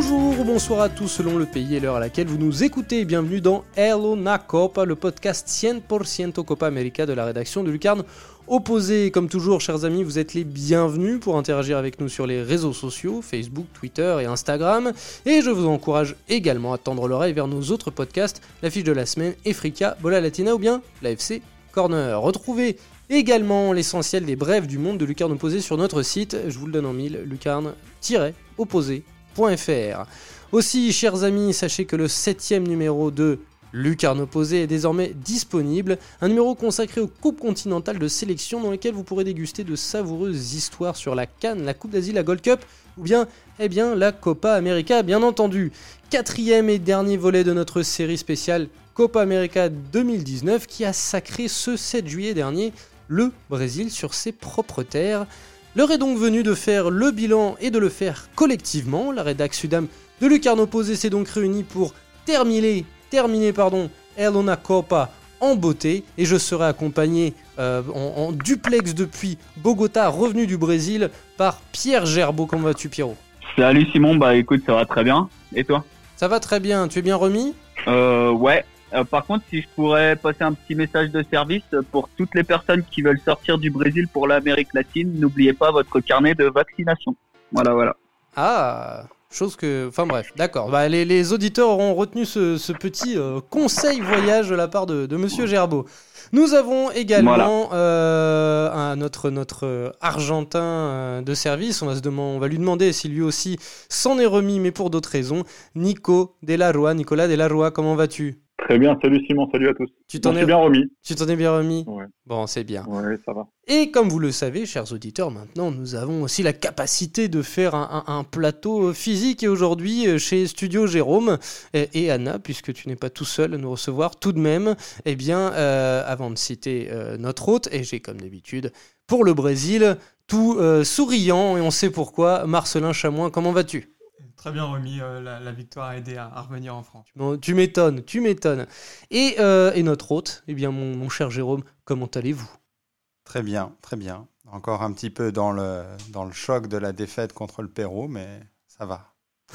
Bonjour ou bonsoir à tous selon le pays et l'heure à laquelle vous nous écoutez. Bienvenue dans El Una Copa, le podcast 100% Copa América de la rédaction de Lucarne Opposé. Comme toujours, chers amis, vous êtes les bienvenus pour interagir avec nous sur les réseaux sociaux, Facebook, Twitter et Instagram. Et je vous encourage également à tendre l'oreille vers nos autres podcasts, l'affiche de la semaine, Efrica, Bola Latina ou bien l'AFC Corner. Retrouvez également l'essentiel des brèves du monde de Lucarne Opposé sur notre site, je vous le donne en mille, lucarne-opposé.fr. Aussi, chers amis, sachez que le 7e numéro de Lucarne Opposé est désormais disponible, un numéro consacré aux coupes continentales de sélection dans lesquelles vous pourrez déguster de savoureuses histoires sur la CAN, la Coupe d'Asie, la Gold Cup ou bien la Copa América, bien entendu. 4e et dernier volet de notre série spéciale Copa América 2019 qui a sacré ce 7 juillet dernier le Brésil sur ses propres terres. L'heure est donc venue de faire le bilan et de le faire collectivement. La rédaction Sudam de Lucarne Opposé s'est donc réunie pour terminer El Una Copa en beauté, et je serai accompagné en duplex depuis Bogota, revenu du Brésil, par Pierre Gerbeau. Comment vas-tu, Pierrot ? Salut Simon, écoute, ça va très bien. Et toi ? Ça va très bien, tu es bien remis ? Ouais. Par contre, si je pourrais passer un petit message de service pour toutes les personnes qui veulent sortir du Brésil pour l'Amérique latine, n'oubliez pas votre carnet de vaccination. Voilà. Ah, chose que... Enfin bref, d'accord. Les auditeurs auront retenu ce petit conseil voyage de la part de Monsieur Gerbeau. Nous avons également notre Argentin de service. On va lui demander si lui aussi s'en est remis, mais pour d'autres raisons. Nicolas Delarroa, comment vas-tu ? Très bien, salut Simon, salut à tous. Tu t'en es bien remis. Tu t'en es bien remis ? Ouais. Bon, c'est bien. Ouais, ça va. Et comme vous le savez, chers auditeurs, maintenant nous avons aussi la capacité de faire un plateau physique. Et aujourd'hui, chez Studio Jérôme et Anna, puisque tu n'es pas tout seul à nous recevoir, tout de même, avant de citer notre hôte, et j'ai comme d'habitude, pour le Brésil, tout souriant, et on sait pourquoi, Marcelin Chamoin, comment vas-tu ? Très bien remis, la victoire a aidé à revenir en France. Tu m'étonnes. Et notre hôte, mon cher Jérôme, comment allez-vous ? Très bien. Encore un petit peu dans le choc de la défaite contre le Pérou, mais ça va.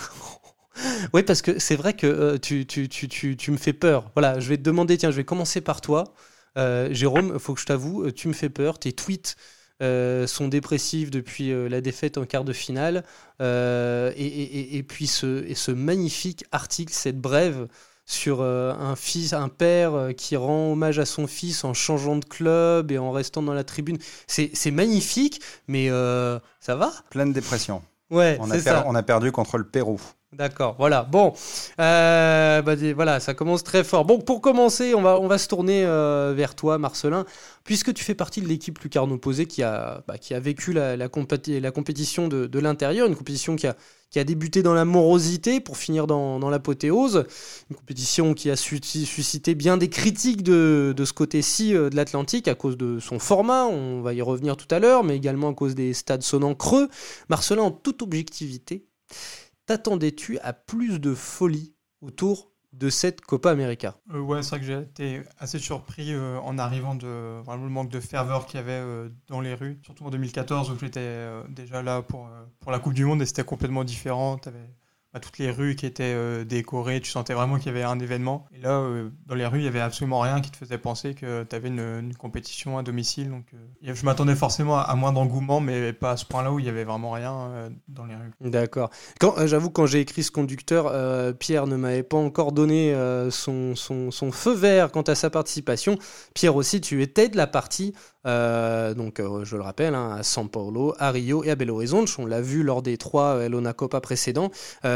Oui, parce que c'est vrai que tu me fais peur. Voilà, je vais te demander, je vais commencer par toi. Jérôme, il faut que je t'avoue, tu me fais peur. Tes tweets sont dépressifs depuis la défaite en quart de finale, et puis ce magnifique article, cette brève sur un père qui rend hommage à son fils en changeant de club et en restant dans la tribune. C'est magnifique, mais ça va ? Pleine dépression. Ouais, on a perdu contre le Pérou. D'accord, voilà. Bon, voilà, ça commence très fort. Bon, pour commencer, on va se tourner vers toi, Marcelin, puisque tu fais partie de l'équipe Lucarne Opposé qui a vécu la compétition de l'intérieur, une compétition qui a débuté dans la morosité pour finir dans l'apothéose, une compétition qui a suscité bien des critiques de ce côté-ci de l'Atlantique à cause de son format, on va y revenir tout à l'heure, mais également à cause des stades sonnants creux. Marcelin, en toute objectivité, t'attendais-tu à plus de folie autour de cette Copa América ? Ouais, c'est vrai que j'ai été assez surpris en arrivant de vraiment le manque de ferveur qu'il y avait dans les rues, surtout en 2014 où j'étais déjà là pour la Coupe du Monde et c'était complètement différent. T'avais toutes les rues qui étaient décorées, tu sentais vraiment qu'il y avait un événement. Et là, dans les rues, il n'y avait absolument rien qui te faisait penser que tu avais une compétition à domicile. Donc, je m'attendais forcément à moins d'engouement, mais pas à ce point-là où il n'y avait vraiment rien dans les rues. D'accord. J'avoue, quand j'ai écrit ce conducteur, Pierre ne m'avait pas encore donné son feu vert quant à sa participation. Pierre aussi, tu étais de la partie. Je le rappelle, à São Paulo, à Rio et à Belo Horizonte. On l'a vu lors des 3 El Una Copa précédents.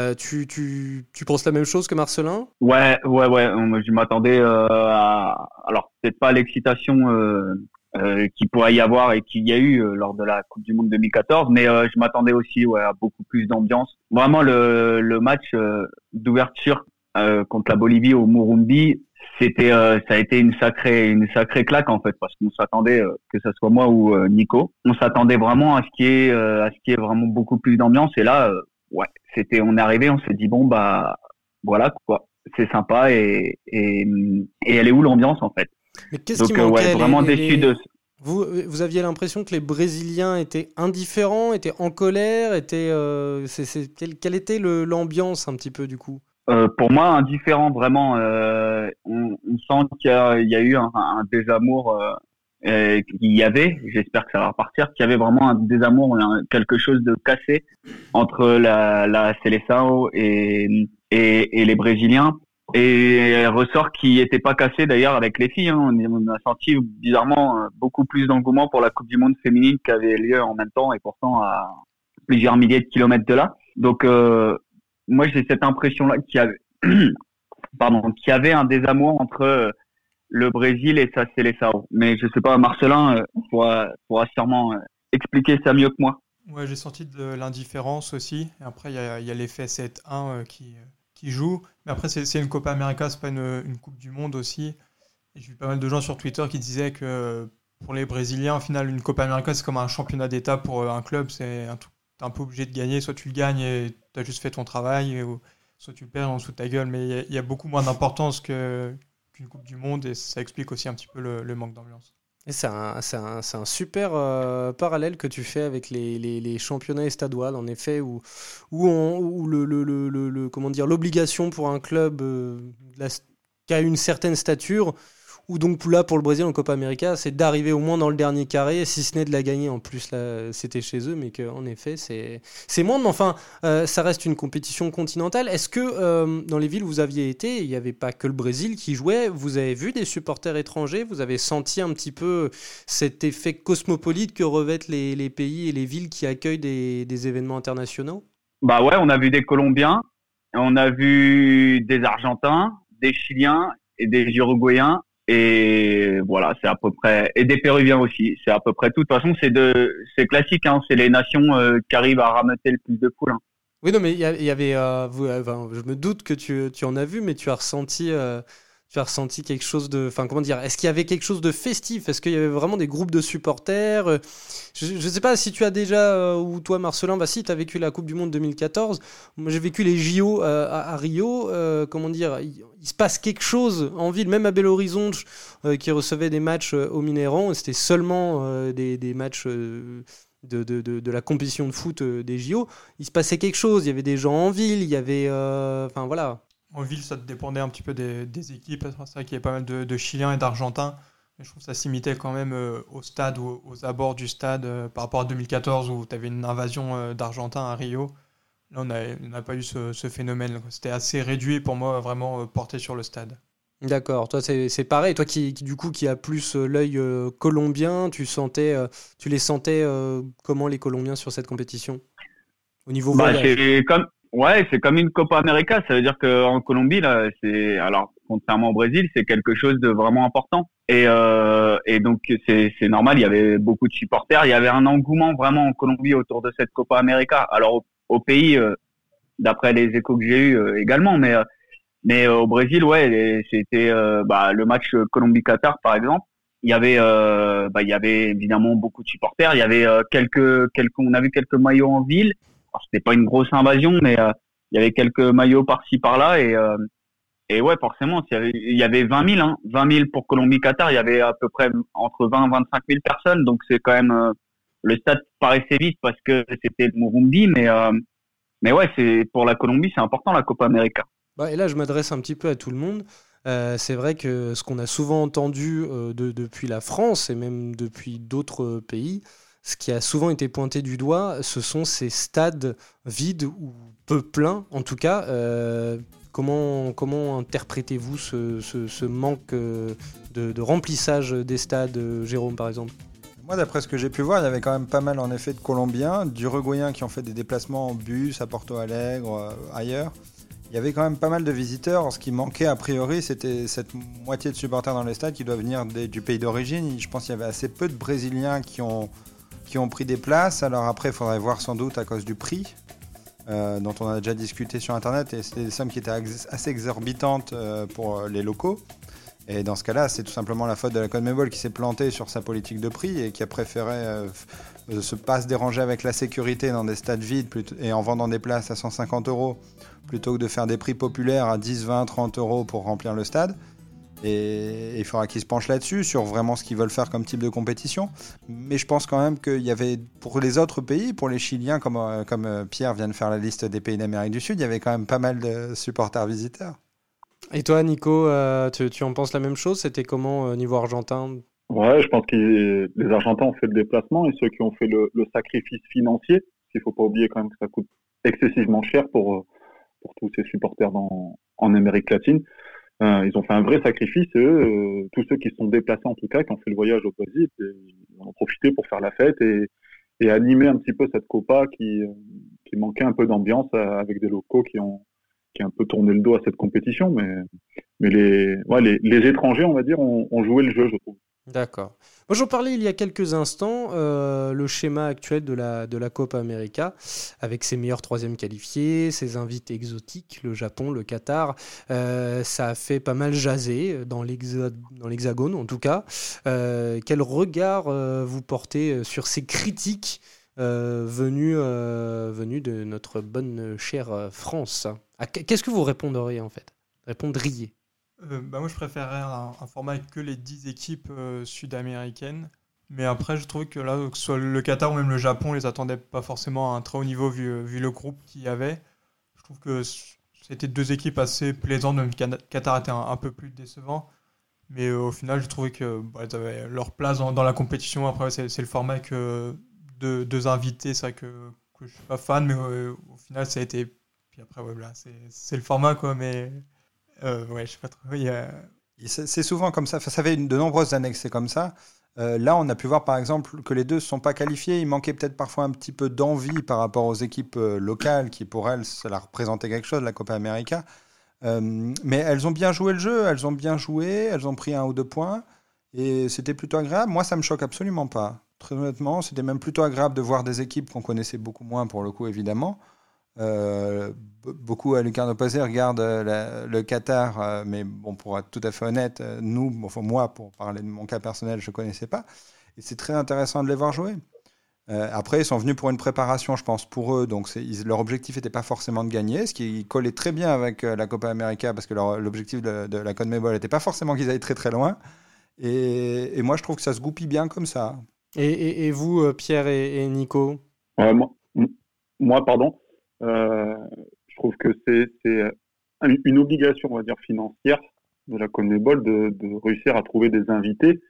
Tu penses la même chose que Marcelin ? Ouais. Je m'attendais alors peut-être pas à l'excitation qu'il pourrait y avoir et qu'il y a eu lors de la Coupe du Monde 2014, mais je m'attendais aussi à beaucoup plus d'ambiance. Vraiment le match d'ouverture contre la Bolivie au Morumbi, ça a été une sacrée claque en fait, parce qu'on s'attendait, que ce soit moi ou Nico, on s'attendait vraiment à ce qu'il y ait vraiment beaucoup plus d'ambiance, et là on est arrivé, on s'est dit voilà quoi, c'est sympa, et elle est où l'ambiance en fait. Mais qu'est-ce qui manquait, vraiment déçu de Vous aviez l'impression que les Brésiliens étaient indifférents, étaient en colère, quelle était l'ambiance un petit peu du coup? Pour moi, indifférent vraiment. On sent qu'il y a eu un désamour. Qu'il y avait, j'espère que ça va repartir, qu'il y avait vraiment un désamour, quelque chose de cassé entre la Seleção et les Brésiliens. Et ressort qui n'était pas cassé d'ailleurs avec les filles. On a senti bizarrement beaucoup plus d'engouement pour la Coupe du Monde féminine qui avait lieu en même temps et pourtant à plusieurs milliers de kilomètres de là. Donc moi j'ai cette impression-là qu'il y avait un désamour entre le Brésil et sa Seleção. Mais je sais pas, Marcelin pourra sûrement expliquer ça mieux que moi. Ouais, j'ai senti de l'indifférence aussi. Et après, il y a l'effet 7-1 qui joue. Mais après, c'est une Copa América, c'est pas une Coupe du Monde aussi. Et j'ai vu pas mal de gens sur Twitter qui disaient que pour les Brésiliens, au final, une Copa América, c'est comme un championnat d'État pour un club. C'est un truc, t'es un peu obligé de gagner. Soit tu le gagnes et t'as juste fait ton travail, soit tu le perds en dessous de ta gueule. Mais il y a beaucoup moins d'importance qu'une Coupe du Monde et ça explique aussi un petit peu le manque d'ambiance. Et c'est un super parallèle que tu fais avec les championnats estadois, en effet, où comment dire, l'obligation pour un club qui a une certaine stature, ou donc là pour le Brésil en Copa América, c'est d'arriver au moins dans le dernier carré, si ce n'est de la gagner. En plus là, c'était chez eux, mais qu'en effet c'est moins. Mais enfin, ça reste une compétition continentale. Est-ce que dans les villes où vous aviez été, il n'y avait pas que le Brésil qui jouait? Vous avez vu des supporters étrangers? Vous avez senti un petit peu cet effet cosmopolite que revêtent les pays et les villes qui accueillent des événements internationaux? Bah ouais, on a vu des Colombiens, on a vu des Argentins, des Chiliens et des Uruguayens. Et voilà, c'est à peu près, et des Péruviens aussi, c'est à peu près tout. De toute façon, c'est classique, hein, c'est les nations qui arrivent à rameuter le plus de poules. Hein. Oui, non, mais il y avait, je me doute que tu en as vu, mais tu as ressenti quelque chose de, enfin, comment dire, est-ce qu'il y avait quelque chose de festif? Est-ce qu'il y avait vraiment des groupes de supporters? Je ne sais pas si tu as déjà, ou toi Marcelin, si tu as vécu la Coupe du Monde 2014. Moi j'ai vécu les JO à Rio. Comment dire, il se passe quelque chose en ville, même à Belo Horizonte, qui recevait des matchs au Mineirão. C'était seulement des matchs de la compétition de foot des JO. Il se passait quelque chose, il y avait des gens en ville, il y avait, enfin voilà. En ville, ça dépendait un petit peu des équipes. C'est vrai qu'il y avait pas mal de Chiliens et d'Argentins. Mais je trouve que ça s'imitait quand même au stade ou aux abords du stade par rapport à 2014 où tu avais une invasion d'Argentins à Rio. Là, on n'a pas eu ce phénomène. C'était assez réduit pour moi, vraiment porté sur le stade. D'accord. Toi, c'est pareil. Toi qui a plus l'œil colombien, tu les sentais comment les Colombiens sur cette compétition au niveau voyage? C'est comme une Copa América. Ça veut dire qu'en Colombie, là, alors, contrairement au Brésil, c'est quelque chose de vraiment important. Et donc, c'est normal. Il y avait beaucoup de supporters. Il y avait un engouement vraiment en Colombie autour de cette Copa América. Alors, au pays, d'après les échos que j'ai eus également, mais au Brésil, ouais, c'était, le match Colombie-Qatar, par exemple. Il y avait évidemment beaucoup de supporters. Il y avait on a vu quelques maillots en ville. Alors, c'était pas une grosse invasion, mais il y avait quelques maillots par-ci par-là et ouais, forcément, il y avait 20 000, hein, 20 000 pour Colombie-Qatar. Il y avait à peu près entre 20 et 25 000 personnes, donc c'est quand même le stade paraissait vide parce que c'était le Morumbi, mais ouais, c'est pour la Colombie, c'est important la Copa América. Et là, je m'adresse un petit peu à tout le monde. C'est vrai que ce qu'on a souvent entendu depuis la France et même depuis d'autres pays, ce qui a souvent été pointé du doigt, ce sont ces stades vides ou peu pleins, en tout cas. Comment interprétez-vous ce manque de remplissage des stades, Jérôme, par exemple? Moi, d'après ce que j'ai pu voir, il y avait quand même pas mal, en effet, de Colombiens, d'Uruguayens qui ont fait des déplacements en bus à Porto Alegre, ailleurs. Il y avait quand même pas mal de visiteurs. Ce qui manquait, a priori, c'était cette moitié de supporters dans les stades qui doivent venir du pays d'origine. Je pense qu'il y avait assez peu de Brésiliens qui ont pris des places. Alors après, il faudrait voir sans doute à cause du prix, dont on a déjà discuté sur Internet, et c'était des sommes qui étaient assez exorbitantes pour les locaux. Et dans ce cas-là, c'est tout simplement la faute de la CONMEBOL qui s'est plantée sur sa politique de prix et qui a préféré pas se déranger avec la sécurité dans des stades vides et en vendant des places à 150 € plutôt que de faire des prix populaires à 10, 20, 30 € pour remplir le stade. Et il faudra qu'ils se penchent là-dessus, sur vraiment ce qu'ils veulent faire comme type de compétition. Mais je pense quand même qu'il y avait, pour les autres pays, pour les Chiliens, comme Pierre vient de faire la liste des pays d'Amérique du Sud, il y avait quand même pas mal de supporters visiteurs. Et toi, Nico, tu en penses la même chose? C'était comment niveau argentin? Ouais, je pense que les Argentins ont fait le déplacement et ceux qui ont fait le sacrifice financier, parce qu'il ne faut pas oublier quand même que ça coûte excessivement cher pour tous ces supporters en Amérique latine. Ils ont fait un vrai sacrifice et tous ceux qui se sont déplacés en tout cas, qui ont fait le voyage au Brésil, ils en ont profité pour faire la fête et animer un petit peu cette Copa qui manquait un peu d'ambiance avec des locaux qui ont un peu tourné le dos à cette compétition. Mais les étrangers, on va dire, ont joué le jeu, je trouve. D'accord. Moi, j'en parlais il y a quelques instants, le schéma actuel de la Copa América, avec ses meilleurs troisièmes qualifiés, ses invités exotiques, le Japon, le Qatar, ça a fait pas mal jaser dans l'Hexagone en tout cas. Quel regard vous portez sur ces critiques venues de notre bonne chère France? Qu'est-ce que vous répondriez en fait? Répondriez? Moi, je préférerais un format avec que les 10 équipes sud-américaines. Mais après, je trouve que là, que ce soit le Qatar ou même le Japon, les attendaient pas forcément à un très haut niveau vu le groupe qu'il y avait. Je trouve que c'était deux équipes assez plaisantes, même si Qatar était un peu plus décevant. Mais au final, j'ai trouvé qu'elles avaient leur place dans la compétition. Après, c'est le format avec deux invités. C'est vrai que je suis pas fan, mais au final, ça a été... Puis après, voilà, c'est le format, quoi, mais... je sais pas trop. C'est souvent comme ça. Enfin, ça fait de nombreuses années que c'est comme ça. Là, on a pu voir par exemple que les deux ne sont pas qualifiés. Il manquait peut-être parfois un petit peu d'envie par rapport aux équipes locales qui, pour elles, ça leur représentait quelque chose, la Copa América. Mais elles ont bien joué le jeu, elles ont bien joué, elles ont pris 1 ou 2 points. Et c'était plutôt agréable. Moi, ça me choque absolument pas. Très honnêtement, c'était même plutôt agréable de voir des équipes qu'on connaissait beaucoup moins, pour le coup, évidemment. Beaucoup à Lucarno Posé regardent le Qatar, mais bon, pour être tout à fait honnête, moi, pour parler de mon cas personnel, je ne connaissais pas. Et c'est très intéressant de les voir jouer. Après, ils sont venus pour une préparation, je pense, pour eux. Donc, leur objectif n'était pas forcément de gagner, ce qui collait très bien avec la Copa América, parce que l'objectif de la CONMEBOL n'était pas forcément qu'ils aillent très très loin. Et moi, je trouve que ça se goupille bien comme ça. Et vous, Pierre et Nico? Moi, pardon. Je trouve que c'est une obligation, on va dire, financière de la CONMEBOL de réussir à trouver des invités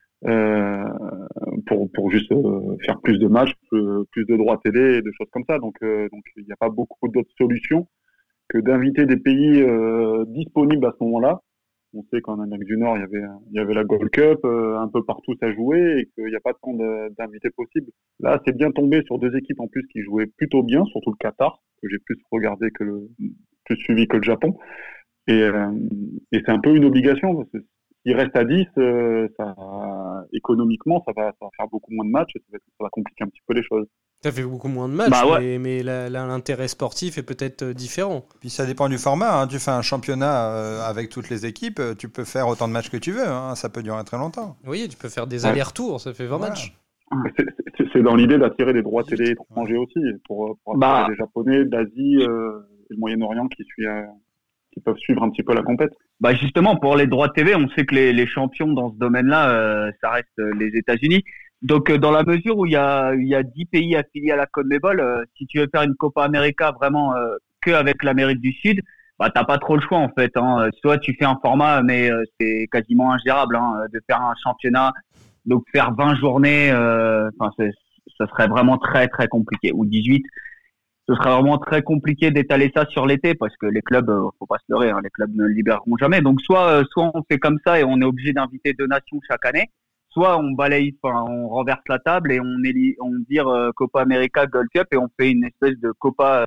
pour juste faire plus de matchs, plus de droits télé et des choses comme ça. Donc il n'y a pas beaucoup d'autres solutions que d'inviter des pays disponibles à ce moment-là. On sait qu'en Amérique du Nord, il y avait la Gold Cup, un peu partout ça jouait, et qu'il n'y a pas tant d'invités possibles. Là, c'est bien tombé sur deux équipes en plus qui jouaient plutôt bien, surtout le Qatar, que j'ai plus regardé plus suivi que le Japon. Et c'est un peu une obligation, parce que s'il reste à 10, économiquement, ça va faire beaucoup moins de matchs, et ça va compliquer un petit peu les choses. Ça fait beaucoup moins de matchs, ouais. mais l'intérêt sportif est peut-être différent. Puis ça dépend du format. Tu fais un championnat avec toutes les équipes, tu peux faire autant de matchs que tu veux. Ça peut durer très longtemps. Oui, tu peux faire des allers-retours, ça fait 20 matchs. C'est dans l'idée d'attirer des droits télé étrangers aussi, pour attirer des Japonais, d'Asie et le Moyen-Orient qui peuvent suivre un petit peu la compète. Justement, pour les droits TV, on sait que les champions dans ce domaine-là, ça reste les États-Unis. Donc, dans la mesure où il y a 10 pays affiliés à la CONMEBOL, si tu veux faire une Copa América vraiment que avec l'Amérique du Sud, t'as pas trop le choix en fait. Soit tu fais un format, mais c'est quasiment ingérable de faire un championnat. Donc faire 20 journées, ça serait vraiment très très compliqué. Ou 18, ce serait vraiment très compliqué d'étaler ça sur l'été parce que les clubs, faut pas se leurrer, les clubs ne libéreront jamais. Donc soit on fait comme ça et on est obligé d'inviter 2 nations chaque année. Soit on on renverse la table et on vire Copa América, Gold Cup et on fait une espèce de Copa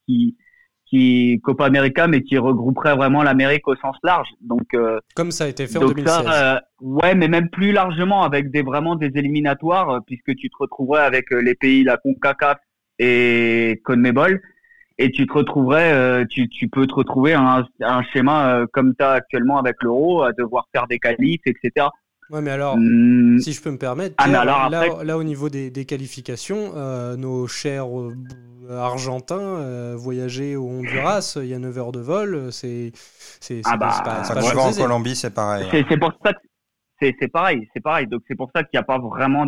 Copa América mais qui regrouperait vraiment l'Amérique au sens large. Donc comme ça a été fait en 2016. Ouais, mais même plus largement avec vraiment des éliminatoires puisque tu te retrouverais avec les pays la CONCACAF et CONMEBOL et tu te retrouverais tu peux te retrouver un schéma comme tu as actuellement avec l'Euro à devoir faire des qualifs, etc. Ouais, mais alors, si je peux me permettre, Ah, mais Pierre, alors après- là, au niveau des qualifications, nos chers Argentins voyager au Honduras, il y a 9 heures de vol, c'est Ah bah, pas Quand tu chose vas en aisée. Colombie, c'est pareil. c'est pour ça que c'est pareil. Donc c'est pour ça qu'il n'y a pas vraiment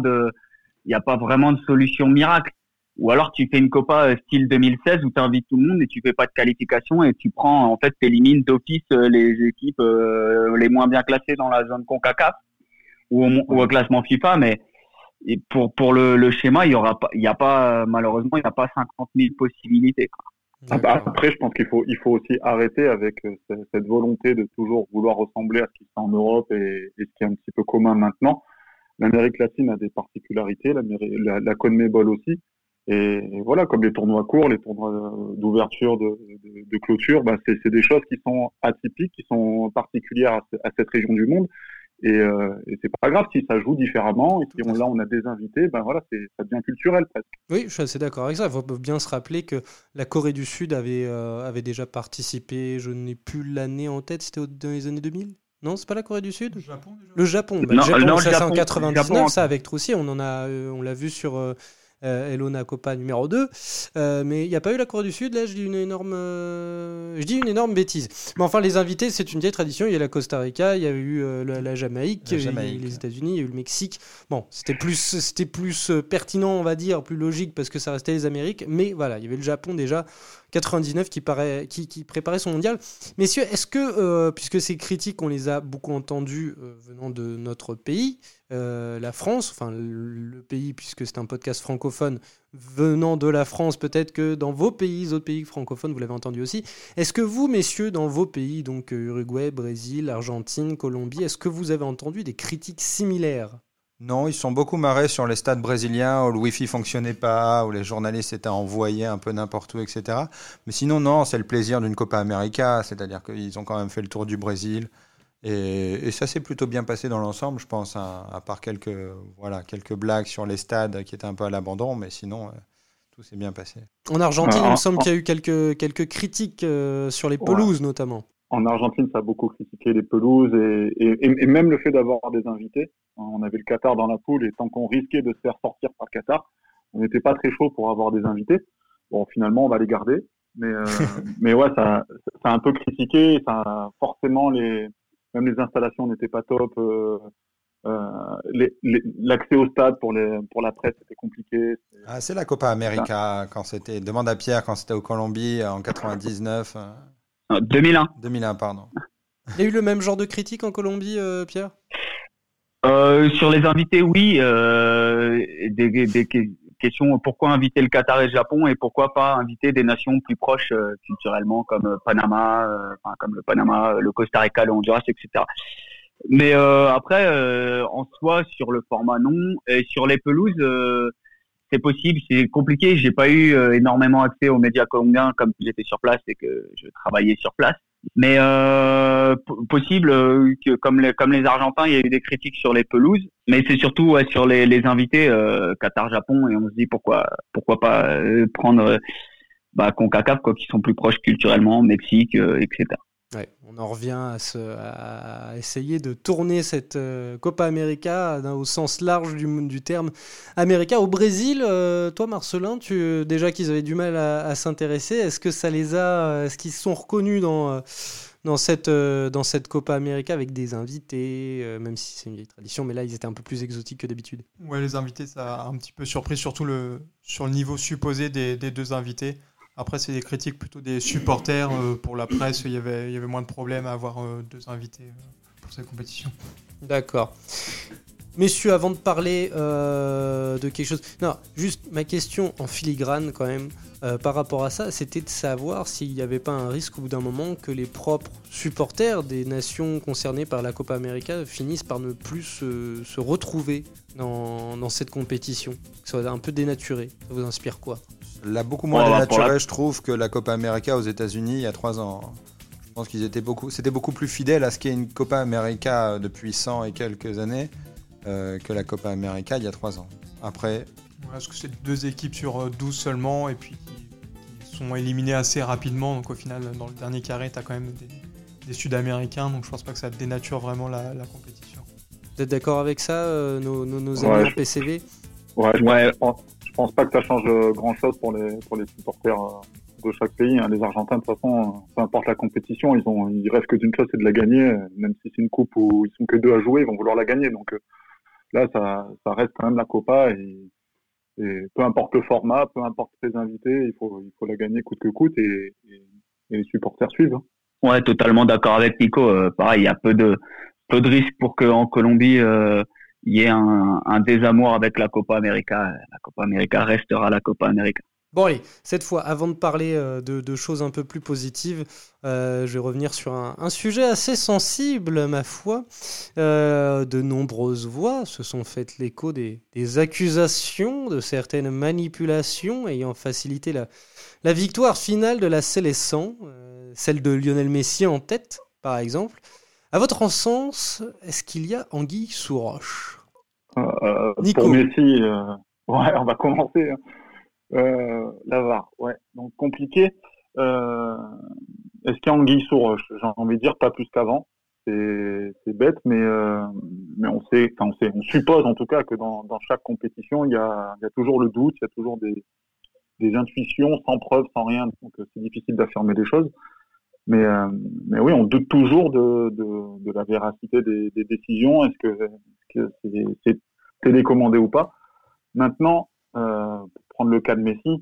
de solution miracle. Ou alors tu fais une Copa style 2016 où tu invites tout le monde et tu fais pas de qualification et tu prends, en fait, t'élimines d'office les équipes les moins bien classées dans la zone CONCACAF ou au classement FIFA. Mais pour le schéma, il y a pas malheureusement, il n'y a pas 50 000 possibilités, quoi. D'accord. Après, je pense qu'il faut aussi arrêter avec cette volonté de toujours vouloir ressembler à ce qui se fait en Europe et ce qui est un petit peu commun maintenant. L'Amérique latine a des particularités, la CONMEBOL aussi. Et voilà, comme les tournois courts, les tournois d'ouverture, de clôture, bah c'est des choses qui sont atypiques, qui sont particulières à cette région du monde. Et c'est pas grave si ça joue différemment. Et si on a des invités, ben voilà, ça devient culturel presque. Oui, je suis assez d'accord avec ça. Il faut bien se rappeler que la Corée du Sud avait déjà participé, je n'ai plus l'année en tête, c'était dans les années 2000 ? Non, c'est pas la Corée du Sud ? Le Japon, déjà. Le Japon. Non, le Japon, non, ça le c'est en Japon, 99, le Japon, ça avec Troussier, on l'a vu sur Elona Copa numéro 2, mais il n'y a pas eu la Corée du Sud, là je dis une énorme bêtise. Mais enfin, les invités, c'est une vieille tradition, il y a la Costa Rica, il y a eu la Jamaïque, il y a eu les États-Unis, il y a eu le Mexique. Bon, c'était plus pertinent, on va dire, plus logique parce que ça restait les Amériques, mais voilà, il y avait le Japon déjà 99 qui préparait son mondial. Messieurs, est-ce que, puisque ces critiques, on les a beaucoup entendues venant de notre pays, la France, enfin le pays, puisque c'est un podcast francophone, venant de la France, peut-être que dans vos pays, autres pays francophones, vous l'avez entendu aussi. Est-ce que vous, messieurs, dans vos pays, donc Uruguay, Brésil, Argentine, Colombie, est-ce que vous avez entendu des critiques similaires ? Non, ils sont beaucoup marrés sur les stades brésiliens où le Wi-Fi fonctionnait pas, où les journalistes étaient envoyés un peu n'importe où, etc. Mais sinon, non, c'est le plaisir d'une Copa América, c'est-à-dire qu'ils ont quand même fait le tour du Brésil. Et ça s'est plutôt bien passé dans l'ensemble, je pense, à part quelques blagues sur les stades qui étaient un peu à l'abandon, mais sinon, tout s'est bien passé. En Argentine, il me semble qu'il y a eu quelques critiques sur les pelouses, notamment. En Argentine, ça a beaucoup critiqué les pelouses et même le fait d'avoir des invités. On avait le Qatar dans la poule et tant qu'on risquait de se faire sortir par le Qatar, on n'était pas très chaud pour avoir des invités. Bon, finalement, on va les garder. Mais ouais, ça a un peu critiqué. Forcément, même les installations n'étaient pas top. L'accès au stade pour la presse était compliqué. C'est la Copa América quand c'était. Demande à Pierre quand c'était au Colombie en 99. 2001, pardon. Il y a eu le même genre de critique en Colombie, Pierre ? Sur les invités, oui. Des questions, pourquoi inviter le Qatar et le Japon et pourquoi pas inviter des nations plus proches culturellement comme Panama, comme le Panama, le Costa Rica, le Honduras, etc. Mais après, en soi, sur le format non, et sur les pelouses, c'est possible, c'est compliqué. J'ai pas eu énormément accès aux médias colombiens comme j'étais sur place et que je travaillais sur place. Mais possible que comme les Argentins, il y a eu des critiques sur les pelouses, mais c'est surtout sur les invités Qatar-Japon et on se dit pourquoi pas prendre CONCACAF qui sont plus proches culturellement, Mexique, etc. Ouais, on en revient à essayer de tourner cette Copa América au sens large du terme América. Au Brésil, toi Marcelin, déjà qu'ils avaient du mal à s'intéresser, est-ce qu'ils se sont reconnus dans cette Copa América avec des invités, même si c'est une vieille tradition, mais là ils étaient un peu plus exotiques que d'habitude. Ouais, les invités, ça a un petit peu surpris, surtout sur le niveau supposé des deux invités. Après, c'est des critiques plutôt des supporters. Pour la presse, il y avait moins de problèmes à avoir deux invités pour cette compétition. D'accord. Messieurs, avant de parler de quelque chose... Non, juste ma question en filigrane quand même, par rapport à ça, c'était de savoir s'il n'y avait pas un risque au bout d'un moment que les propres supporters des nations concernées par la Copa América finissent par ne plus se retrouver dans cette compétition, que ça soit un peu dénaturé. Ça vous inspire quoi ? Là, beaucoup moins dénaturé, je trouve, que la Copa América aux États-Unis il y a 3 ans. Je pense qu'ils étaient c'était beaucoup plus fidèle à ce qu'est une Copa América depuis 100 et quelques années que la Copa América il y a 3 ans. Après... Parce que c'est 2 équipes sur 12 seulement et puis qui sont éliminées assez rapidement. Donc au final, dans le dernier carré, tu as quand même des Sud-Américains. Donc je pense pas que ça dénature vraiment la compétition. Vous êtes d'accord avec ça, nos amis en PCV? Ouais, je pense pas que ça change grand-chose pour les supporters de chaque pays. Hein. Les Argentins, de toute façon, peu importe la compétition, ils rêvent que d'une chose, c'est de la gagner. Même si c'est une coupe où ils sont que 2 à jouer, ils vont vouloir la gagner. Donc là, ça reste quand même la Copa et peu importe le format, peu importe les invités, il faut la gagner coûte que coûte et les supporters suivent. Hein. Ouais, totalement d'accord avec Nico. Pareil, il y a peu de risques pour qu'en Colombie il y ait un désamour avec la Copa América. La Copa América restera la Copa América. Bon allez, cette fois, avant de parler de choses un peu plus positives, je vais revenir sur un sujet assez sensible, ma foi. De nombreuses voix se sont faites l'écho des accusations de certaines manipulations ayant facilité la victoire finale de la Seleção, celle de Lionel Messi en tête, par exemple. À votre sens, est-ce qu'il y a anguille sous roche? Nico. Pour Messi, on va commencer. La VAR, ouais. Donc compliqué. Est-ce qu'il y a anguille sous roche? J'ai envie de dire pas plus qu'avant. C'est bête, mais on suppose en tout cas que dans chaque compétition, il y a toujours le doute, il y a toujours des intuitions sans preuve, sans rien. Donc c'est difficile d'affirmer des choses. Mais oui, on doute toujours de la véracité des décisions. Est-ce que c'est télécommandé ou pas? Maintenant, pour prendre le cas de Messi,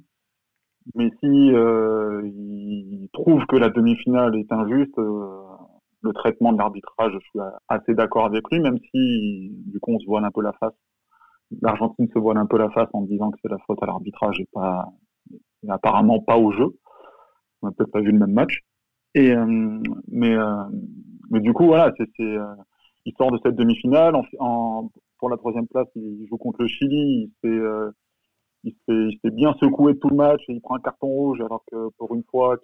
il trouve que la demi-finale est injuste. Le traitement de l'arbitrage, je suis assez d'accord avec lui, même si du coup on se voile un peu la face. L'Argentine se voile un peu la face en disant que c'est la faute à l'arbitrage et apparemment pas au jeu. On n'a peut-être pas vu le même match. Mais du coup voilà, il sort de cette demi-finale pour la troisième place, il joue contre le Chili, il s'est bien secoué tout le match et il prend un carton rouge alors que pour une fois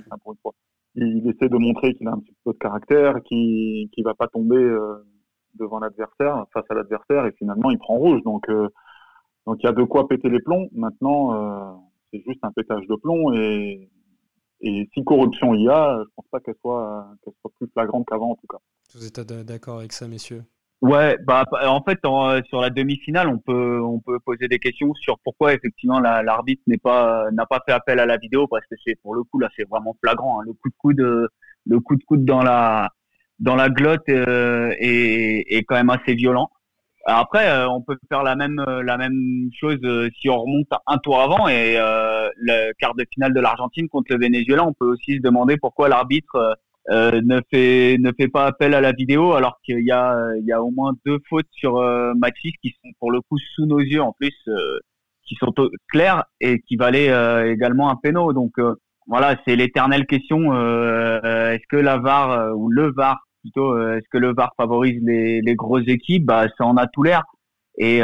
il essaie de montrer qu'il a un petit peu de caractère, qu'il va pas tomber devant l'adversaire, face à l'adversaire, et finalement il prend rouge. Donc il y a de quoi péter les plombs. Maintenant c'est juste un pétage de plomb et si corruption il y a, je pense pas qu'elle soit plus flagrante qu'avant en tout cas. Vous êtes d'accord avec ça, messieurs? Ouais, en fait sur la demi-finale, on peut poser des questions sur pourquoi effectivement l'arbitre n'a pas fait appel à la vidéo, parce que c'est pour le coup là c'est vraiment flagrant, hein. Le coup de coude dans la glotte est quand même assez violent. Après on peut faire la même chose si on remonte un tour avant et le quart de finale de l'Argentine contre le Venezuela, on peut aussi se demander pourquoi l'arbitre ne fait pas appel à la vidéo, alors qu'il y a au moins 2 fautes sur Matisse qui sont pour le coup sous nos yeux en plus, qui sont claires et qui valaient également un péno. Donc voilà, c'est l'éternelle question, est-ce que la VAR ou le VAR plutôt, est-ce que le VAR favorise les grosses équipes? Ça en a tout l'air, et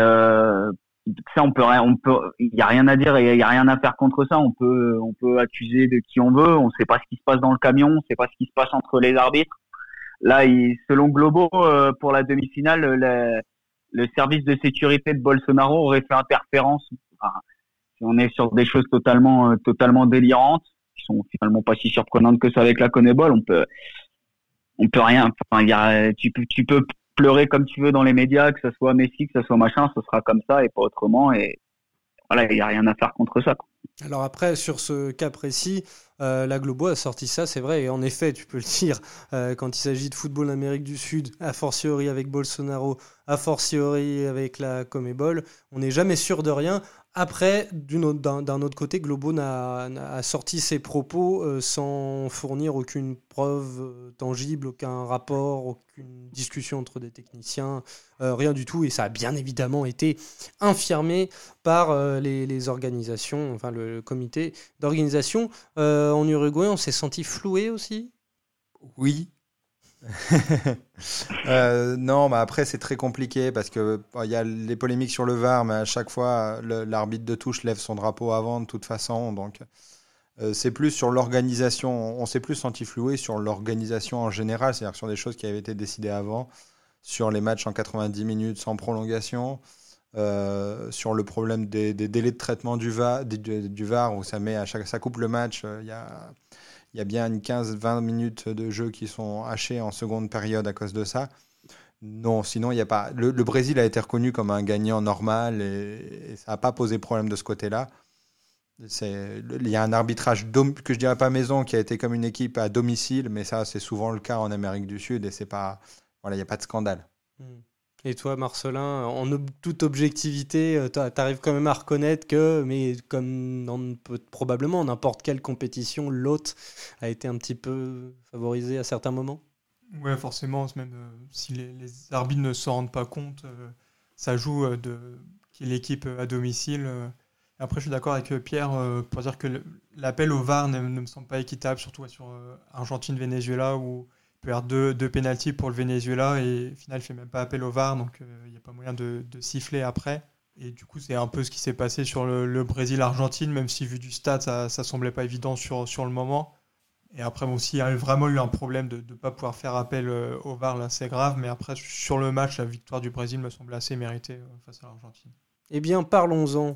ça il y a rien à dire et il y a rien à faire contre ça. On peut accuser de qui on veut, on sait pas ce qui se passe dans le camion, on sait pas ce qui se passe entre les arbitres. Là, selon Globo, pour la demi-finale, le service de sécurité de Bolsonaro aurait fait interférence. Enfin, on est sur des choses totalement délirantes, qui sont finalement pas si surprenantes que ça avec la CONMEBOL. On peut rien, enfin, tu peux pleurer comme tu veux dans les médias, que ça soit Messi, que ça soit machin, ce sera comme ça et pas autrement, et voilà, il n'y a rien à faire contre ça, quoi. Alors après, sur ce cas précis, la Globo a sorti ça, c'est vrai, et en effet, tu peux le dire, quand il s'agit de football d'Amérique du Sud, a fortiori avec Bolsonaro, a fortiori avec la CONMEBOL, on n'est jamais sûr de rien. Après, d'un autre côté, Globo a sorti ses propos sans fournir aucune preuve tangible, aucun rapport, aucune discussion entre des techniciens, rien du tout. Et ça a bien évidemment été infirmé par les organisations, enfin le comité d'organisation. En Uruguay, on s'est senti floué aussi? Oui. Non, mais après c'est très compliqué parce que y a les polémiques sur le VAR, mais à chaque fois l'arbitre de touche lève son drapeau avant de toute façon, donc c'est plus sur l'organisation. On s'est plus senti floué sur l'organisation en général, c'est-à-dire sur des choses qui avaient été décidées avant, sur les matchs en 90 minutes sans prolongation, sur le problème des délais de traitement du VAR où ça coupe le match. Il y a bien une 15-20 minutes de jeu qui sont hachées en seconde période à cause de ça. Non, sinon, il y a pas. Le Brésil a été reconnu comme un gagnant normal et ça n'a pas posé problème de ce côté-là. Il y a un arbitrage que je dirais pas maison qui a été comme une équipe à domicile, mais ça, c'est souvent le cas en Amérique du Sud et c'est pas. Voilà, il n'y a pas de scandale. Et toi, Marcelin, toute objectivité, tu arrives quand même à reconnaître que, mais comme probablement n'importe quelle compétition, l'hôte a été un petit peu favorisé à certains moments. Ouais, forcément, même si les arbitres ne s'en rendent pas compte, ça joue qui est l'équipe à domicile. Après, je suis d'accord avec Pierre pour dire que l'appel au VAR ne me semble pas équitable, surtout sur Argentine-Venezuela où il peut y avoir deux pénaltys pour le Venezuela et au final, il ne fait même pas appel au VAR, donc il n'y a pas moyen de siffler après. Et du coup, c'est un peu ce qui s'est passé sur le Brésil-Argentine, même si vu du stade, ça ne semblait pas évident sur le moment. Et après, bon, s'il y a vraiment eu un problème de ne pas pouvoir faire appel au VAR, là, c'est grave. Mais après, sur le match, la victoire du Brésil me semble assez méritée face à l'Argentine. Eh bien, parlons-en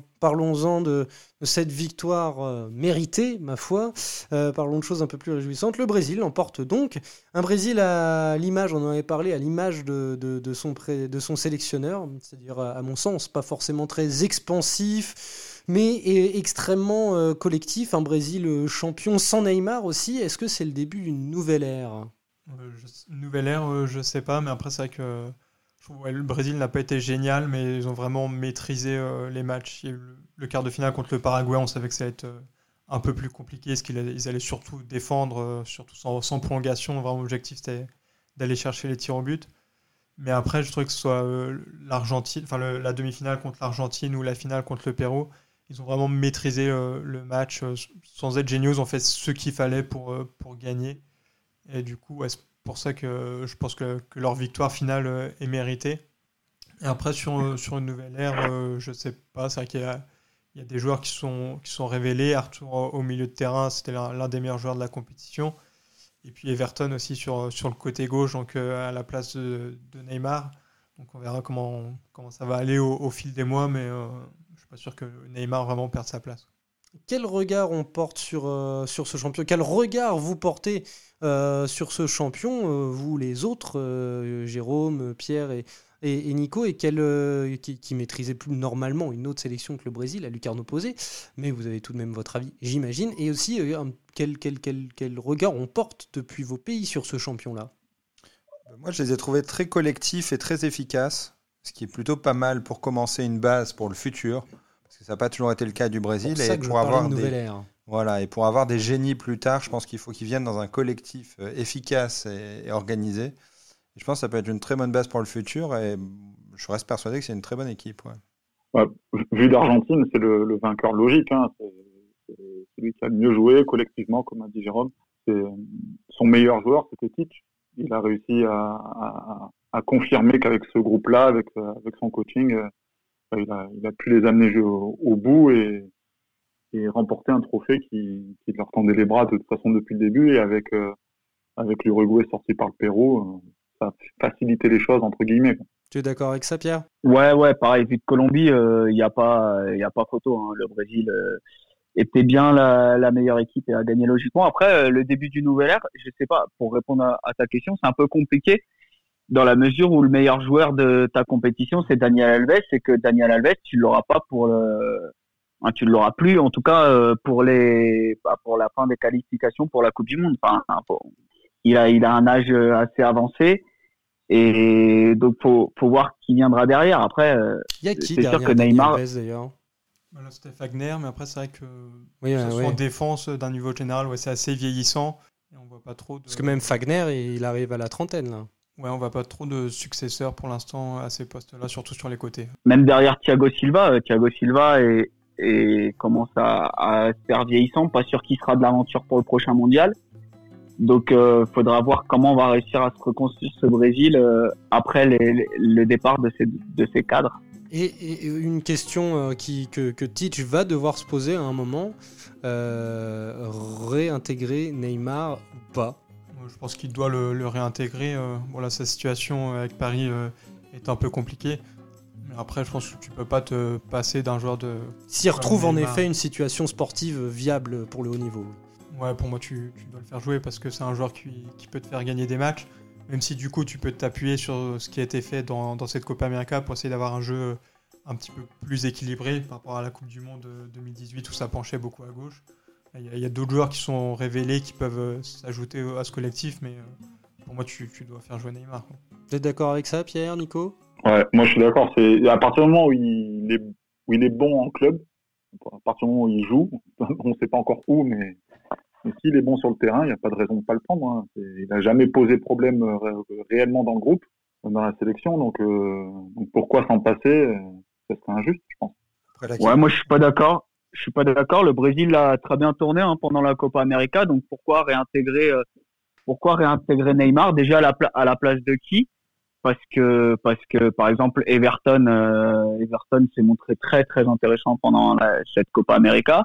de cette victoire méritée, ma foi. Parlons de choses un peu plus réjouissantes. Le Brésil l'emporte donc. Un Brésil à l'image, on en avait parlé, à l'image de son sélectionneur, c'est-à-dire, à mon sens, pas forcément très expansif, mais extrêmement collectif. Un Brésil champion sans Neymar aussi. Est-ce que c'est le début d'une nouvelle ère ? Nouvelle ère, je sais pas, mais après, c'est vrai que le Brésil n'a pas été génial, mais ils ont vraiment maîtrisé les matchs. Il y a eu le quart de finale contre le Paraguay, on savait que ça allait être un peu plus compliqué, parce qu'ils allaient surtout défendre, surtout sans prolongation. Vraiment, l'objectif, c'était d'aller chercher les tirs au but. Mais après, je trouvais que ce soit l'Argentine, la demi-finale contre l'Argentine ou la finale contre le Pérou, ils ont vraiment maîtrisé le match sans être géniaux. Ils ont fait ce qu'il fallait pour gagner. Et du coup, c'est pour ça que je pense que leur victoire finale est méritée. Et après, sur une nouvelle ère, je sais pas. C'est vrai qu'il y a des joueurs qui sont révélés. Arthur au milieu de terrain, c'était l'un des meilleurs joueurs de la compétition. Et puis Everton aussi sur le côté gauche, donc à la place de Neymar. Donc on verra comment ça va aller au fil des mois, mais je suis pas sûr que Neymar vraiment perde sa place. Quel regard on porte sur ce champion ? Quel regard vous portez sur ce champion, vous les autres, Jérôme, Pierre et Nico, et qui maîtrisait plus normalement une autre sélection que le Brésil, à Lucarno Posé, mais vous avez tout de même votre avis, j'imagine, et aussi quel regard on porte depuis vos pays sur ce champion-là ? Moi, je les ai trouvés très collectifs et très efficaces, ce qui est plutôt pas mal pour commencer une base pour le futur. Parce que ça n'a pas toujours été le cas du Brésil. C'est ça que pour avoir une nouvelle ère. Voilà, et pour avoir des génies plus tard, je pense qu'il faut qu'ils viennent dans un collectif efficace et organisé. Et je pense que ça peut être une très bonne base pour le futur et je reste persuadé que c'est une très bonne équipe. Ouais. Vu l'Argentine, c'est le vainqueur logique. Hein. C'est celui qui a le mieux joué collectivement, comme a dit Jérôme. Son meilleur joueur, c'était Tite. Il a réussi à confirmer qu'avec ce groupe-là, avec son coaching, il a pu les amener au bout et remporter un trophée qui leur tendait les bras de toute façon depuis le début. Et avec l'Uruguay sorti par le Pérou, ça a facilité les choses, entre guillemets. Tu es d'accord avec ça, Pierre ? Ouais, pareil. Vu de Colombie, il y a pas photo. Hein. Le Brésil était bien la meilleure équipe et a gagné logiquement. Après, le début du nouvel ère, je sais pas. Pour répondre à ta question, c'est un peu compliqué. Dans la mesure où le meilleur joueur de ta compétition, c'est Daniel Alves, et que Daniel Alves, tu l'auras pas tu ne l'auras plus, en tout cas, pour la fin des qualifications pour la Coupe du Monde. Enfin, il a un âge assez avancé, et donc faut voir qui viendra derrière. Après, il y a qui c'est derrière sûr que Neymar, Alves, d'ailleurs. Là, c'était Fagner, mais après, c'est vrai que en défense d'un niveau général, c'est assez vieillissant. Et on voit pas trop Parce que même Fagner, il arrive à la trentaine, là. Ouais, on voit pas trop de successeurs pour l'instant à ces postes-là, surtout sur les côtés. Même derrière Thiago Silva commence à se faire vieillissant. Pas sûr qu'il sera de l'aventure pour le prochain mondial. Donc, faudra voir comment on va réussir à se reconstruire ce Brésil après le départ de ces cadres. Et une question que Tite va devoir se poser à un moment, réintégrer Neymar ou pas ? Je pense qu'il doit le réintégrer. Sa situation avec Paris est un peu compliquée. Mais après, je pense que tu peux pas te passer d'un joueur de... S'il retrouve en effet une situation sportive viable pour le haut niveau. Ouais, pour moi, tu dois le faire jouer parce que c'est un joueur qui peut te faire gagner des matchs. même si du coup tu peux t'appuyer sur ce qui a été fait dans cette Copa América pour essayer d'avoir un jeu un petit peu plus équilibré par rapport à la Coupe du Monde 2018 où ça penchait beaucoup à gauche. Il y a d'autres joueurs qui sont révélés qui peuvent s'ajouter à ce collectif, mais pour moi tu dois faire jouer Neymar, quoi. Vous êtes d'accord avec ça, Pierre, Nico ? Ouais, moi je suis d'accord. C'est à partir du moment où il est bon en club, à partir du moment où il joue, on ne sait pas encore où, mais s'il est bon sur le terrain, il n'y a pas de raison de ne pas le prendre. Hein. Il n'a jamais posé problème réellement dans le groupe, dans la sélection, donc pourquoi s'en passer ? Ça serait injuste, je pense. Ouais, moi je suis pas d'accord. Le Brésil a très bien tourné pendant la Copa América, donc pourquoi réintégrer Neymar déjà à la place de qui ? Parce que par exemple Everton s'est montré très très intéressant pendant cette Copa América.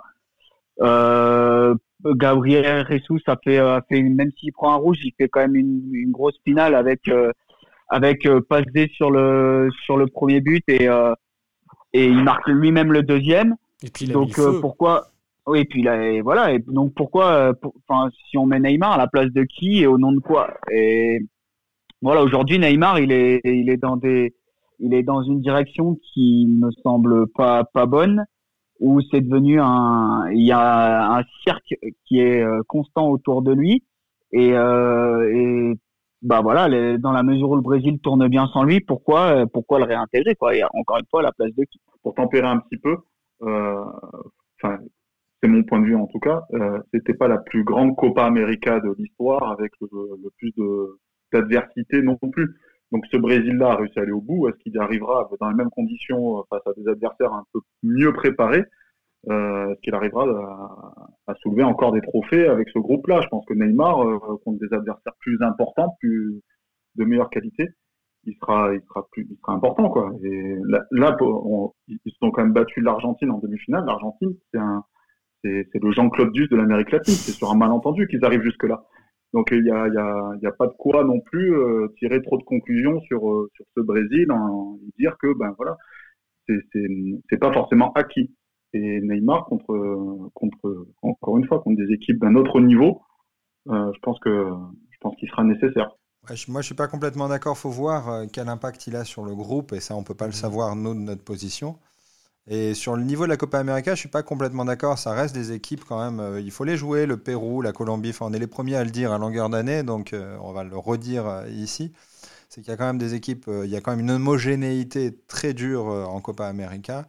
Gabriel Jesus a fait même s'il prend un rouge, il fait quand même une grosse finale avec passe D sur le premier but et il marque lui-même le deuxième. Et puis il a donc mis le feu. Pourquoi oui, et puis là et voilà, et donc pourquoi si on met Neymar à la place de qui et au nom de quoi? Et voilà, aujourd'hui Neymar il est dans une direction qui me semble pas bonne, où c'est devenu il y a un cirque qui est constant autour de lui et bah voilà, dans la mesure où le Brésil tourne bien sans lui, pourquoi le réintégrer, quoi? Et encore une fois, à la place de qui? Pour tempérer un petit peu, c'est mon point de vue en tout cas, c'était pas la plus grande Copa América de l'histoire avec le plus d'adversité non plus. Donc ce Brésil-là a réussi à aller au bout. Est-ce qu'il y arrivera dans les mêmes conditions face à des adversaires un peu mieux préparés? Est-ce qu'il arrivera à soulever encore des trophées avec ce groupe-là? Je pense que Neymar, contre des adversaires plus importants, plus de meilleure qualité, il sera important, quoi. Et là, ils ont quand même battu l'Argentine en demi-finale. L'Argentine, c'est le Jean-Claude Duss de l'Amérique latine. C'est sur un malentendu qu'ils arrivent jusque-là. Donc il y a pas de quoi non plus tirer trop de conclusions sur ce Brésil et dire que ben voilà, c'est pas forcément acquis. Et Neymar encore une fois contre des équipes d'un autre niveau, je pense qu'il sera nécessaire. Ouais, moi je suis pas complètement d'accord. Faut voir quel impact il a sur le groupe, et ça on peut pas le savoir nous de notre position. Et sur le niveau de la Copa América, je suis pas complètement d'accord. Ça reste des équipes quand même. Il faut les jouer, le Pérou, la Colombie. Enfin, on est les premiers à le dire à longueur d'année, donc on va le redire ici. C'est qu'il y a quand même des équipes. Il y a quand même une homogénéité très dure en Copa América.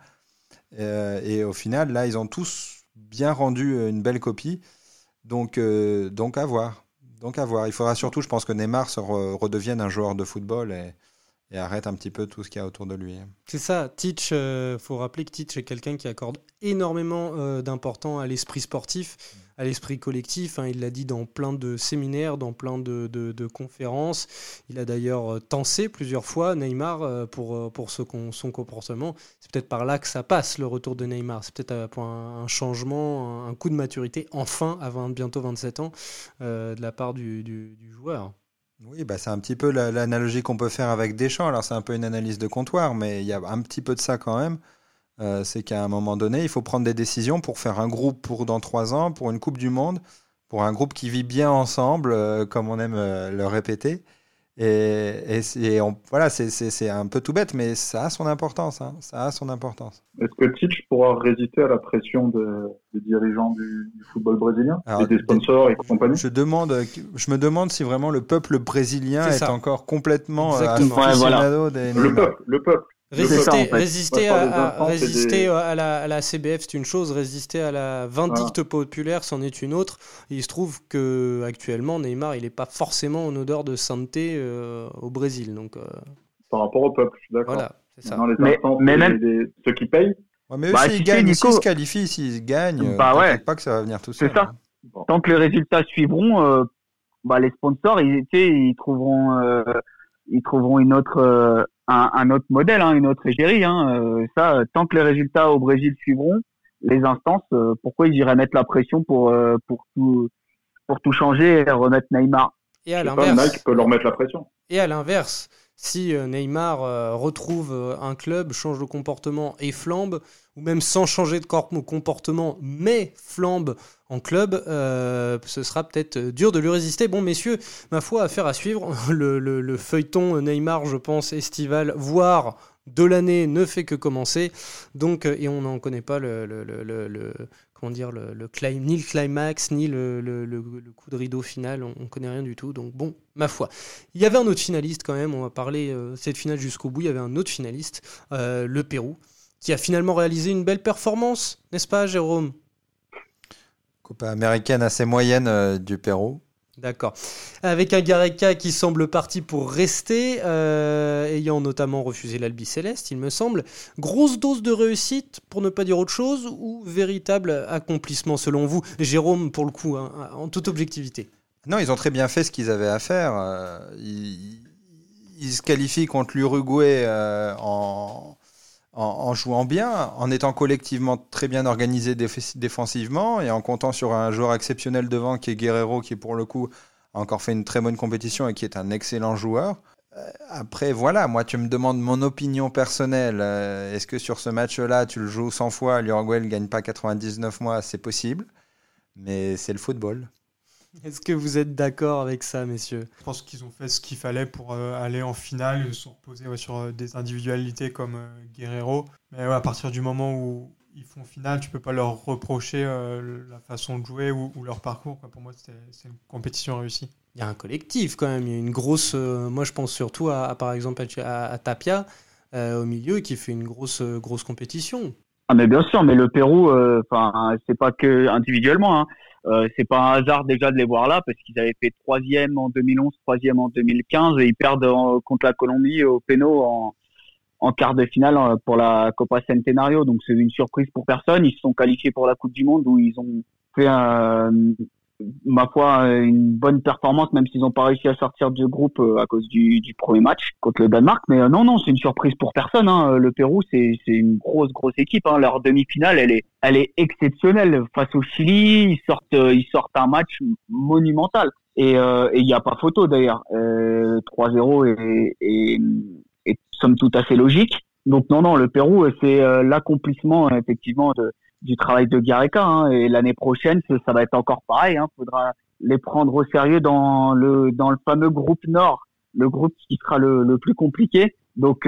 Et au final, là, ils ont tous bien rendu une belle copie. Donc à voir. Il faudra surtout, je pense, que Neymar redevienne un joueur de football et arrête un petit peu tout ce qu'il y a autour de lui. C'est ça, Titch, faut rappeler que Titch est quelqu'un qui accorde énormément d'importance à l'esprit sportif, à l'esprit collectif. Il l'a dit dans plein de séminaires, dans plein de conférences. Il a d'ailleurs tensé plusieurs fois Neymar pour son comportement. C'est peut-être par là que ça passe, le retour de Neymar. C'est peut-être pour un changement, un coup de maturité, enfin, à bientôt 27 ans, de la part du joueur. Oui, c'est un petit peu l'analogie qu'on peut faire avec Deschamps. Alors, c'est un peu une analyse de comptoir, mais il y a un petit peu de ça quand même. C'est qu'à un moment donné, il faut prendre des décisions pour faire un groupe dans 3 ans, pour une Coupe du Monde, pour un groupe qui vit bien ensemble, comme on aime le répéter. Voilà, c'est un peu tout bête, mais ça a son importance. Ça a son importance. Est-ce que Titch pourra résister à la pression des dirigeants du football brésilien, et des sponsors et compagnie? Je me demande si vraiment le peuple brésilien est encore complètement aficionado des le peuple. Résister à la CBF, c'est une chose. Résister à la vindicte populaire, c'en est une autre. Et il se trouve qu'actuellement, Neymar, il n'est pas forcément en odeur de sainteté au Brésil. Donc, par rapport au peuple, je suis d'accord. Voilà, c'est ça. Mais même ceux qui payent. Ouais, mais eux, s'ils gagnent, s'ils se qualifient, s'ils gagnent, t'inquiète pas que ça va venir tout seul. C'est ça. Tant que les résultats suivront, les sponsors, ils trouveront une autre... un autre modèle, une autre égérie. Ça, tant que les résultats au Brésil suivront, les instances, pourquoi ils iraient mettre la pression pour tout changer et remettre Neymar? Et à l'inverse, Nike peut leur mettre la pression. Et à l'inverse, si Neymar retrouve un club, change de comportement et flambe, ou même sans changer de comportement, mais flambe en club, ce sera peut-être dur de lui résister. Bon, messieurs, ma foi, affaire à suivre. Le feuilleton Neymar, je pense, estival, voire de l'année, ne fait que commencer. Donc, et on n'en connaît pas ni le climax, ni le coup de rideau final, on connaît rien du tout, donc bon, ma foi. Il y avait un autre finaliste quand même, on va parler cette finale jusqu'au bout, il y avait un autre finaliste, le Pérou, qui a finalement réalisé une belle performance, n'est-ce pas Jérôme ? Copa américaine assez moyenne du Pérou. D'accord. Avec un Gareca qui semble parti pour rester, ayant notamment refusé l'Albiceleste, il me semble. Grosse dose de réussite, pour ne pas dire autre chose, ou véritable accomplissement selon vous ? Jérôme, pour le coup, hein, en toute objectivité. Non, ils ont très bien fait ce qu'ils avaient à faire. Ils se qualifient contre l'Uruguay en jouant bien, en étant collectivement très bien organisé défensivement et en comptant sur un joueur exceptionnel devant qui est Guerrero, qui pour le coup a encore fait une très bonne compétition et qui est un excellent joueur. Après, voilà, moi tu me demandes mon opinion personnelle. Est-ce que sur ce match-là, tu le joues 100 fois, l'Uruguay ne gagne pas 99 mois ? C'est possible, mais c'est le football. Est-ce que vous êtes d'accord avec ça, messieurs ? Je pense qu'ils ont fait ce qu'il fallait pour aller en finale. Ils se sont reposés sur des individualités comme Guerrero. Mais à partir du moment où ils font finale, tu peux pas leur reprocher la façon de jouer ou leur parcours. Pour moi, c'est une compétition réussie. Il y a un collectif quand même. Il y a une grosse. Moi, je pense surtout par exemple à Tapia au milieu qui fait une grosse compétition. Ah mais bien sûr, mais le Pérou, c'est pas que individuellement. Hein. C'est pas un hasard déjà de les voir là parce qu'ils avaient fait 3e en 2011, 3e en 2015 et ils perdent contre la Colombie au péno en quart de finale pour la Copa Centenario. Donc c'est une surprise pour personne. Ils se sont qualifiés pour la Coupe du Monde où ils ont fait ma foi une bonne performance même s'ils n'ont pas réussi à sortir du groupe à cause du premier match contre le Danemark. Mais non, c'est une surprise pour personne. Hein. Le Pérou c'est une grosse équipe. Hein. Leur demi-finale elle est exceptionnelle face au Chili. Ils sortent un match monumental et il y a pas photo d'ailleurs. 3-0 est somme toute assez logique. Donc non, le Pérou c'est l'accomplissement effectivement du travail de Gareca, hein, et l'année prochaine ça va être encore pareil, hein, faudra les prendre au sérieux dans le fameux groupe Nord, le groupe qui sera le plus compliqué. Donc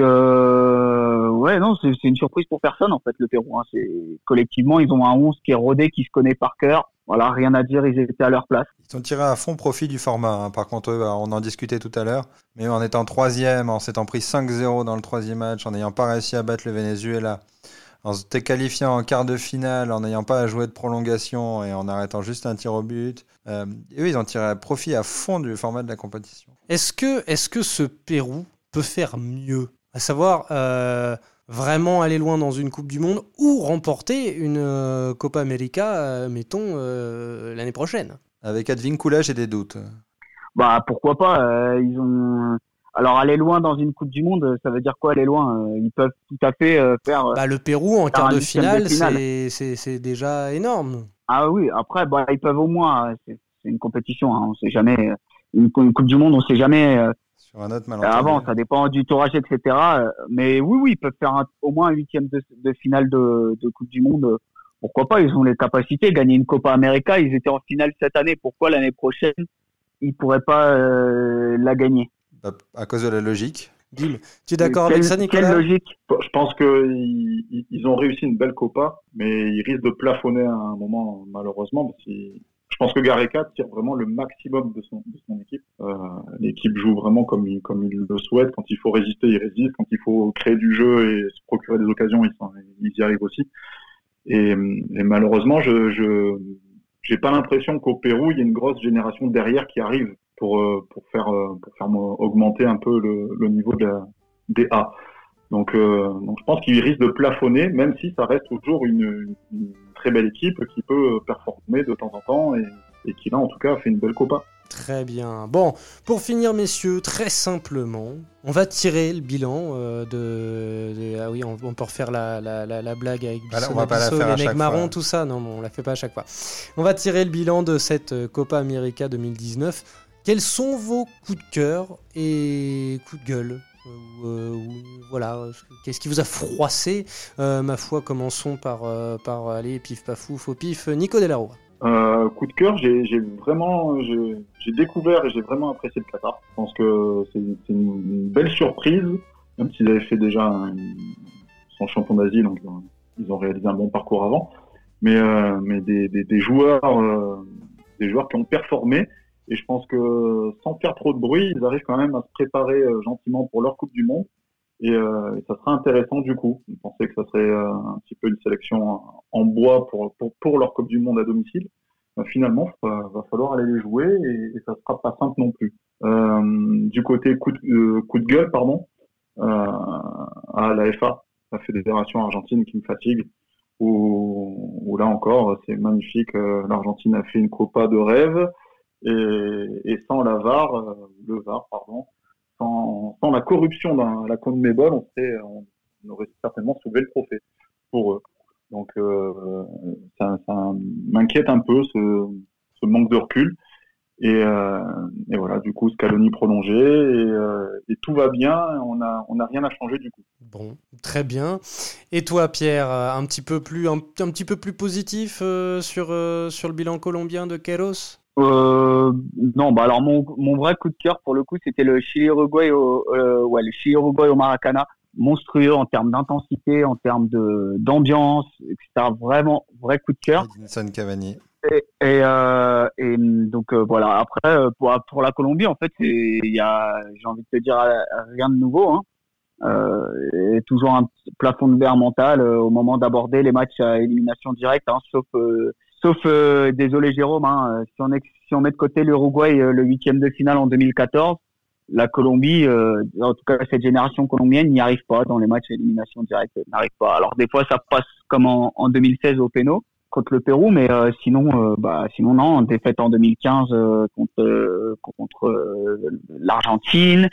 c'est une surprise pour personne en fait le Pérou, hein. C'est collectivement ils ont un 11 qui est rodé, qui se connaît par cœur. Voilà, rien à dire, ils étaient à leur place. Ils ont tiré à fond profit du format. Hein. Par contre, on en discutait tout à l'heure. Mais en étant 3e, en s'étant pris 5-0 dans le 3e match, en n'ayant pas réussi à battre le Venezuela, en se qualifiant en quart de finale, en n'ayant pas à jouer de prolongation et en arrêtant juste un tir au but, eux, ils ont tiré profit à fond du format de la compétition. Est-ce que ce Pérou peut faire mieux ? À savoir... vraiment aller loin dans une Coupe du Monde ou remporter une Copa América, mettons, l'année prochaine. Avec Advíncula, j'ai des doutes. Bah pourquoi pas, ils ont... Alors aller loin dans une Coupe du Monde, ça veut dire quoi aller loin ? Ils peuvent tout à fait faire... le Pérou en quart de finale, c'est déjà énorme. Ah oui, après ils peuvent au moins, c'est une compétition, hein, on sait jamais, une Coupe du Monde on sait jamais... Sur un autre malentendu. Avant, ça dépend du tourage, etc. Mais oui, ils peuvent faire au moins un 8e de finale de Coupe du Monde. Pourquoi pas ? Ils ont les capacités. Gagner une Copa América, ils étaient en finale cette année. Pourquoi l'année prochaine, ils pourraient pas la gagner ? À cause de la logique. Dim, tu es d'accord avec ça, Nicolas ? Quelle logique ? Je pense qu'ils ont réussi une belle Copa, mais ils risquent de plafonner à un moment, malheureusement, parce que je pense que Gareca tire vraiment le maximum de son équipe. L'équipe joue vraiment comme il le souhaite. Quand il faut résister, il résiste. Quand il faut créer du jeu et se procurer des occasions, ils y arrivent aussi. Et malheureusement, j'ai pas l'impression qu'au Pérou, il y ait une grosse génération derrière qui arrive pour faire augmenter un peu le niveau des A. Donc je pense qu'il risque de plafonner, même si ça reste toujours une très belle équipe qui peut performer de temps en temps et qui là en tout cas fait une belle Copa. Très bien. Bon, pour finir messieurs, très simplement, on va tirer le bilan ah oui, on peut refaire la blague avec les mecs marrons, tout ça. Non, on la fait pas à chaque fois. On va tirer le bilan de cette Copa América 2019. Quels sont vos coups de cœur et coups de gueule ? voilà, qu'est-ce qui vous a froissé? Ma foi, commençons par aller pif paf au pif. Nico Dellaro. Coup de cœur, j'ai découvert et j'ai vraiment apprécié le Qatar. Je pense que c'est une belle surprise, même s'ils avaient fait déjà ils sont champions d'Asie, donc ils ont réalisé un bon parcours avant. Mais des joueurs qui ont performé, et je pense que sans faire trop de bruit, ils arrivent quand même à se préparer gentiment pour leur Coupe du Monde. Et ça sera intéressant du coup. Je pensais que ça serait un petit peu une sélection en bois pour leur Coupe du Monde à domicile. Finalement, va falloir aller les jouer et ça sera pas simple non plus. Du côté coup de gueule, à la FA, la Fédération argentine qui me fatigue. Où là encore, c'est magnifique. L'Argentine a fait une Copa de rêve et sans le VAR, sans la corruption de la CONMEBOL, on aurait certainement soulevé le trophée pour eux. Donc ça m'inquiète un peu ce manque de recul. Et voilà, du coup, Scaloni prolongé et tout va bien. On a rien à changer du coup. Bon, très bien. Et toi, Pierre, un petit peu plus positif sur le bilan colombien de Queiroz? Non, bah alors mon vrai coup de cœur pour le coup, c'était le Chili-Uruguay le Chili-Uruguay au Maracana, monstrueux en termes d'intensité, en termes d'ambiance, etc. Vraiment vrai coup de cœur. Edinson Cavani. Et donc voilà. Après pour la Colombie, en fait, j'ai envie de te dire rien de nouveau, hein. Et toujours un plafond de verre mental au moment d'aborder les matchs à élimination directe, hein, sauf désolé Jérôme, hein, si on met de côté l'Uruguay, le 8e de finale en 2014, la Colombie, en tout cas cette génération colombienne, n'y arrive pas dans les matchs à élimination directe, n'arrive pas. Alors des fois ça passe comme en 2016 au péno contre le Pérou, mais sinon non, défaite en 2015 contre l'Argentine.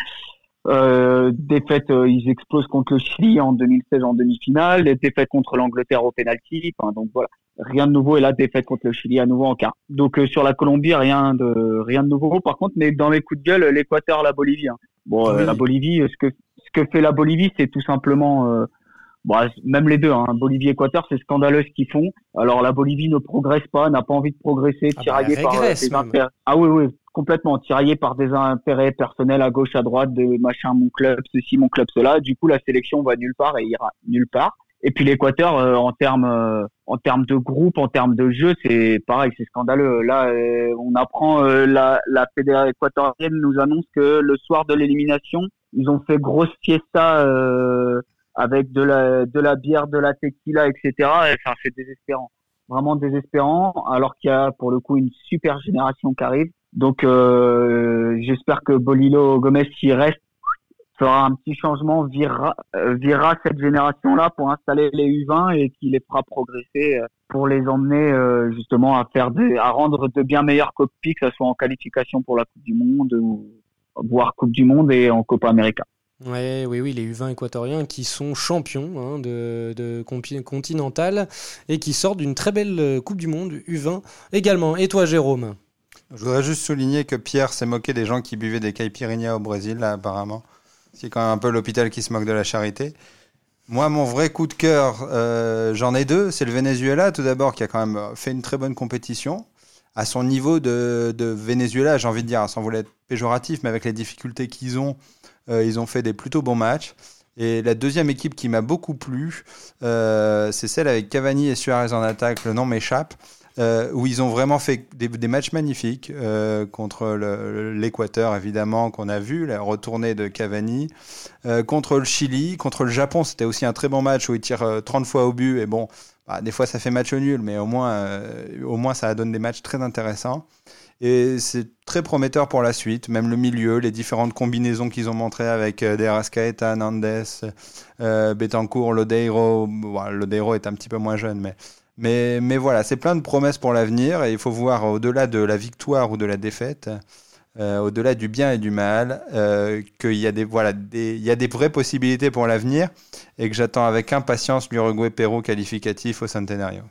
Défaite, ils explosent contre le Chili en 2016 en demi-finale, défaite contre l'Angleterre au penalty, donc voilà, rien de nouveau. Et là, défaite contre le Chili à nouveau en quart. Donc sur la Colombie, rien de nouveau. Par contre, mais dans les coups de gueule, l'Équateur, la Bolivie. Hein. Bon, oui. La Bolivie, ce que fait la Bolivie, c'est tout simplement même les deux, hein, Bolivie-Équateur, c'est scandaleux ce qu'ils font. Alors la Bolivie ne progresse pas, n'a pas envie de progresser, tiraillée par des intérêts. Ah oui, complètement tiraillée par des intérêts personnels à gauche, à droite, de machin, mon club, ceci, mon club, cela. Du coup, la sélection va nulle part et ira nulle part. Et puis l'Équateur, en termes de groupe, en termes de jeu, c'est pareil, c'est scandaleux. Là, on apprend la fédération équatorienne nous annonce que le soir de l'élimination, ils ont fait grosse fiesta avec de la bière, de la tequila, etc. Enfin, c'est désespérant, vraiment désespérant. Alors qu'il y a pour le coup une super génération qui arrive. Donc j'espère que Bolilo Gómez, s'il reste, fera un petit changement, virera cette génération-là pour installer les U20 et qui les fera progresser pour les emmener justement à rendre de bien meilleures copies, que ce soit en qualification pour la Coupe du Monde ou voire Coupe du Monde et en Copa América. Oui, les U20 équatoriens qui sont champions de continental et qui sortent d'une très belle Coupe du Monde U20 également. Et toi, Jérôme? Je voudrais juste souligner que Pierre s'est moqué des gens qui buvaient des caipirinhas au Brésil, là, apparemment. C'est quand même un peu l'hôpital qui se moque de la charité. Moi, mon vrai coup de cœur, j'en ai deux. C'est le Venezuela, tout d'abord, qui a quand même fait une très bonne compétition. À son niveau de Venezuela, j'ai envie de dire, sans vouloir être péjoratif, mais avec les difficultés qu'ils ont, ils ont fait des plutôt bons matchs. Et la deuxième équipe qui m'a beaucoup plu, c'est celle avec Cavani et Suarez en attaque, le nom m'échappe, où ils ont vraiment fait des matchs magnifiques contre l'Équateur, évidemment, qu'on a vu, la retournée de Cavani, contre le Chili, contre le Japon, c'était aussi un très bon match où ils tirent 30 fois au but, et bon, des fois ça fait match nul, mais au moins ça donne des matchs très intéressants. Et c'est très prometteur pour la suite, même le milieu, les différentes combinaisons qu'ils ont montrées avec De Arrascaeta, Nandes, Betancourt, Lodeiro. Lodeiro est un petit peu moins jeune, mais voilà, c'est plein de promesses pour l'avenir et il faut voir au-delà de la victoire ou de la défaite, au-delà du bien et du mal, qu'il y a il y a des vraies possibilités pour l'avenir et que j'attends avec impatience l'Uruguay-Pérou qualificatif au Centenario.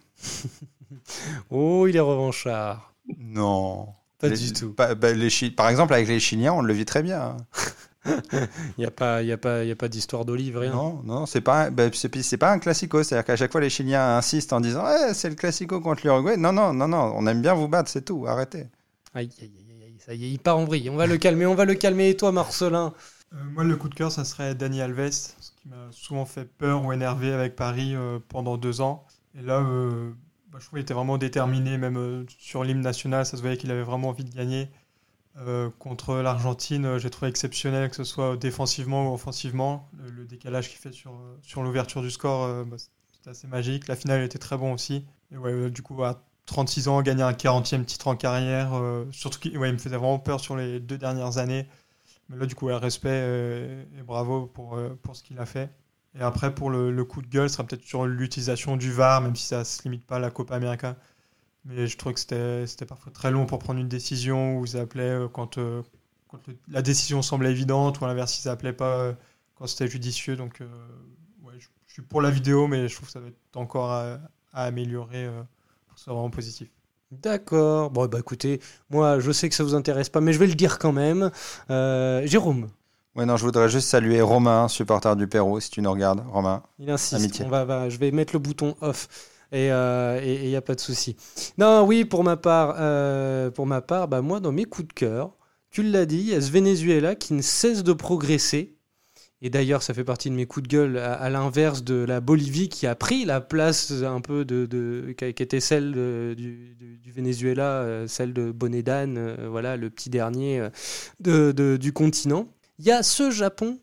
Oh, il est revanchard. Non. Pas du tout. Par exemple, avec les Chiliens, on le vit très bien. Hein. Il n'y a pas d'histoire d'olive, rien. Non, c'est pas un classico. C'est-à-dire qu'à chaque fois, les Chiliens insistent en disant c'est le classico contre l'Uruguay. Non, on aime bien vous battre, c'est tout, arrêtez. Aïe, ça y est, il part en vrille. On va le calmer. Et toi, Marcelin? Moi, le coup de cœur, ça serait Dani Alves, ce qui m'a souvent fait peur ou énervé avec Paris pendant 2 ans. Et là, je trouve qu'il était vraiment déterminé, même sur l'hymne national, ça se voyait qu'il avait vraiment envie de gagner. Contre l'Argentine, j'ai trouvé exceptionnel, que ce soit défensivement ou offensivement. Le décalage qu'il fait sur l'ouverture du score, c'était assez magique. La finale était très bon aussi. Et ouais, du coup, à 36 ans, gagner un 40e titre en carrière, surtout qu'il me faisait vraiment peur sur les 2 dernières années. Mais là, du coup, respect et bravo pour ce qu'il a fait. Et après, pour le coup de gueule, ce sera peut-être sur l'utilisation du VAR, même si ça ne se limite pas à la Copa América. Mais je trouve que c'était parfois très long pour prendre une décision, où ils appelaient quand la décision semblait évidente, ou à l'inverse, ils n'appelaient pas quand c'était judicieux. Donc, je suis pour la vidéo, mais je trouve que ça va être encore à améliorer pour que ce soit vraiment positif. D'accord. Bon, écoutez, moi, je sais que ça vous intéresse pas, mais je vais le dire quand même. Jérôme. Ouais, non, je voudrais juste saluer Romain, supporter du Pérou, si tu nous regardes, Romain. Il insiste. Amitié. Je vais mettre le bouton off. Et il n'y a pas de souci. Non, oui, pour ma part, moi, dans mes coups de cœur, tu l'as dit, il y a ce Venezuela qui ne cesse de progresser. Et d'ailleurs, ça fait partie de mes coups de gueule, à l'inverse de la Bolivie qui a pris la place un peu qui était celle du Venezuela, celle de Bonedan, voilà, le petit dernier du continent. Il y a ce Japon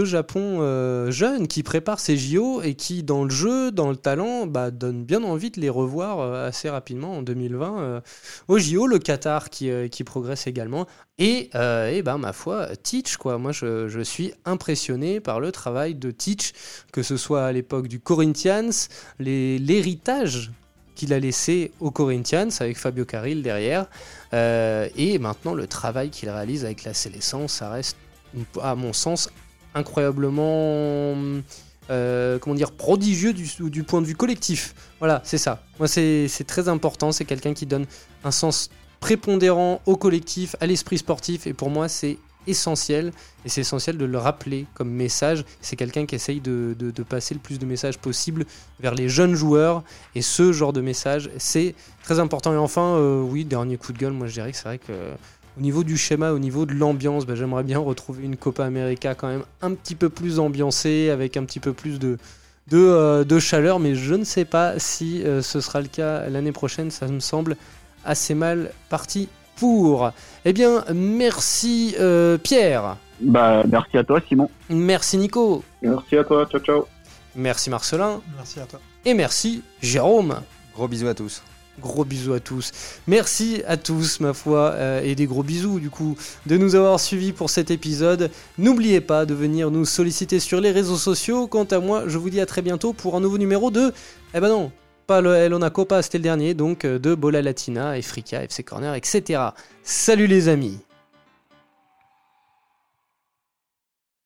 jeune qui prépare ses JO et qui, dans le jeu, dans le talent, donne bien envie de les revoir assez rapidement en 2020 au JO. Le Qatar qui progresse également. Et ma foi, Tite, quoi. Moi, je suis impressionné par le travail de Tite, que ce soit à l'époque du Corinthians, l'héritage qu'il a laissé au Corinthians avec Fabio Carril derrière. Et maintenant, le travail qu'il réalise avec la Séleção, ça reste, à mon sens, incroyablement prodigieux du point de vue collectif. Voilà, c'est ça. Moi, c'est très important. C'est quelqu'un qui donne un sens prépondérant au collectif, à l'esprit sportif. Et pour moi, c'est essentiel. Et c'est essentiel de le rappeler comme message. C'est quelqu'un qui essaye de passer le plus de messages possible vers les jeunes joueurs. Et ce genre de message, c'est très important. Et enfin, dernier coup de gueule, moi je dirais que c'est vrai que au niveau du schéma, au niveau de l'ambiance, j'aimerais bien retrouver une Copa América quand même un petit peu plus ambiancée, avec un petit peu plus de chaleur, mais je ne sais pas si ce sera le cas l'année prochaine, ça me semble assez mal parti pour. Eh bien, merci Pierre. Merci à toi Simon. Merci Nico. Merci à toi, ciao. Merci Marcelin. Merci à toi. Et merci Jérôme. Gros bisous à tous. Gros bisous à tous. Merci à tous, ma foi, et des gros bisous, du coup, de nous avoir suivis pour cet épisode. N'oubliez pas de venir nous solliciter sur les réseaux sociaux. Quant à moi, je vous dis à très bientôt pour un nouveau numéro de... non, pas le Elona Copa, c'était le dernier, donc de Bola Latina, Africa, FC Corner, etc. Salut les amis.